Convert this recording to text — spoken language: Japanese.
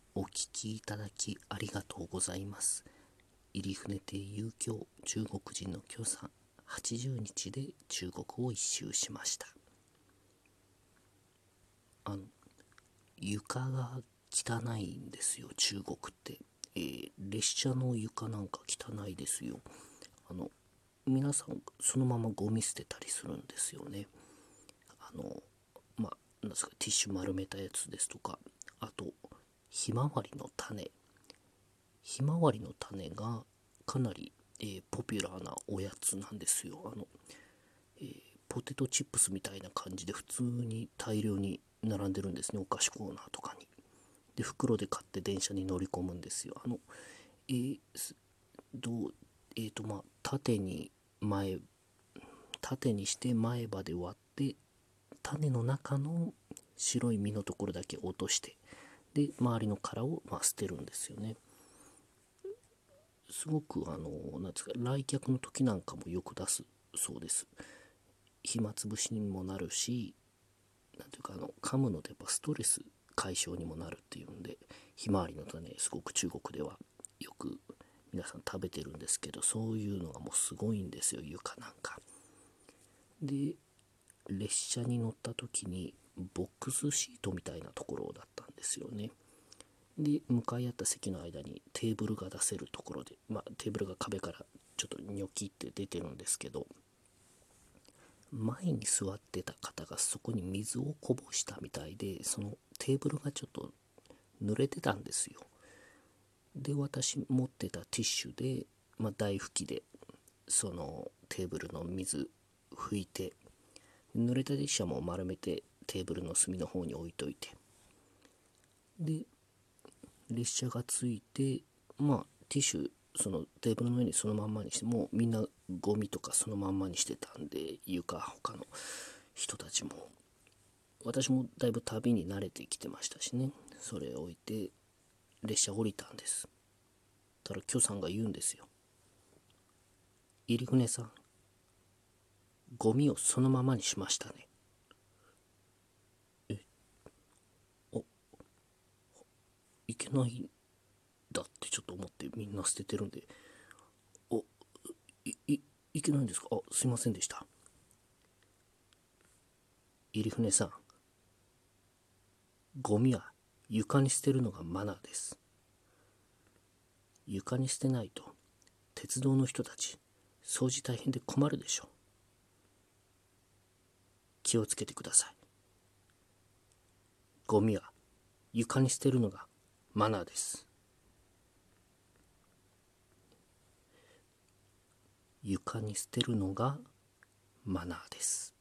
お聞きいただきありがとうございます。入船亭遊興中国人の許さん、80日で中国を一周しました。床が汚いんですよ、中国って。列車の床なんか汚いですよ。皆さんそのままゴミ捨てたりするんですよね。なんですか、ティッシュ丸めたやつですとか、あとひまわりの種。ひまわりの種がかなり、ポピュラーなおやつなんですよ。ポテトチップスみたいな感じで普通に大量に並んでるんですね、お菓子コーナーとかに。で袋で買って電車に乗り込むんですよ。えーどう縦にして前歯で割って種の中の白い実のところだけ落として、で周りの殻を捨てるんですよね。すごくなんですか、来客の時なんかもよく出すそうです。暇つぶしにもなるし、なんていうか噛むのでやっぱストレス解消にもなるっていうんで、ひまわりの種すごく中国ではよく皆さん食べてるんですけど、そういうのがもうすごいんですよ、床なんかで。列車に乗った時にボックスシートみたいなところだったんですよね。で向かい合った席の間にテーブルが出せるところで、テーブルが壁からちょっとニョキって出てるんですけど、前に座ってた方がそこに水をこぼしたみたいで、そのテーブルがちょっと濡れてたんですよ。で私持ってたティッシュで、台拭きでそのテーブルの水拭いて、濡れたティッシュはもう丸めてテーブルの隅の方に置いといて、で列車が着いて、ティッシュそのテーブルの上にそのまんまにして、もうみんなゴミとかそのまんまにしてたんで、他の人たちも、私もだいぶ旅に慣れてきてましたしね。それを置いて列車降りたんです。たら許さんが言うんですよ。入船さん、ゴミをそのままにしましたね。おいけないんだってちょっと思って、みんな捨ててるんで、おいけないんですか、すいませんでした。入船さん、ゴミは床に捨てるのがマナーです。床に捨てないと鉄道の人たち掃除大変で困るでしょう。気をつけてください。ゴミは床に捨てるのがマナーです。床に捨てるのがマナーです。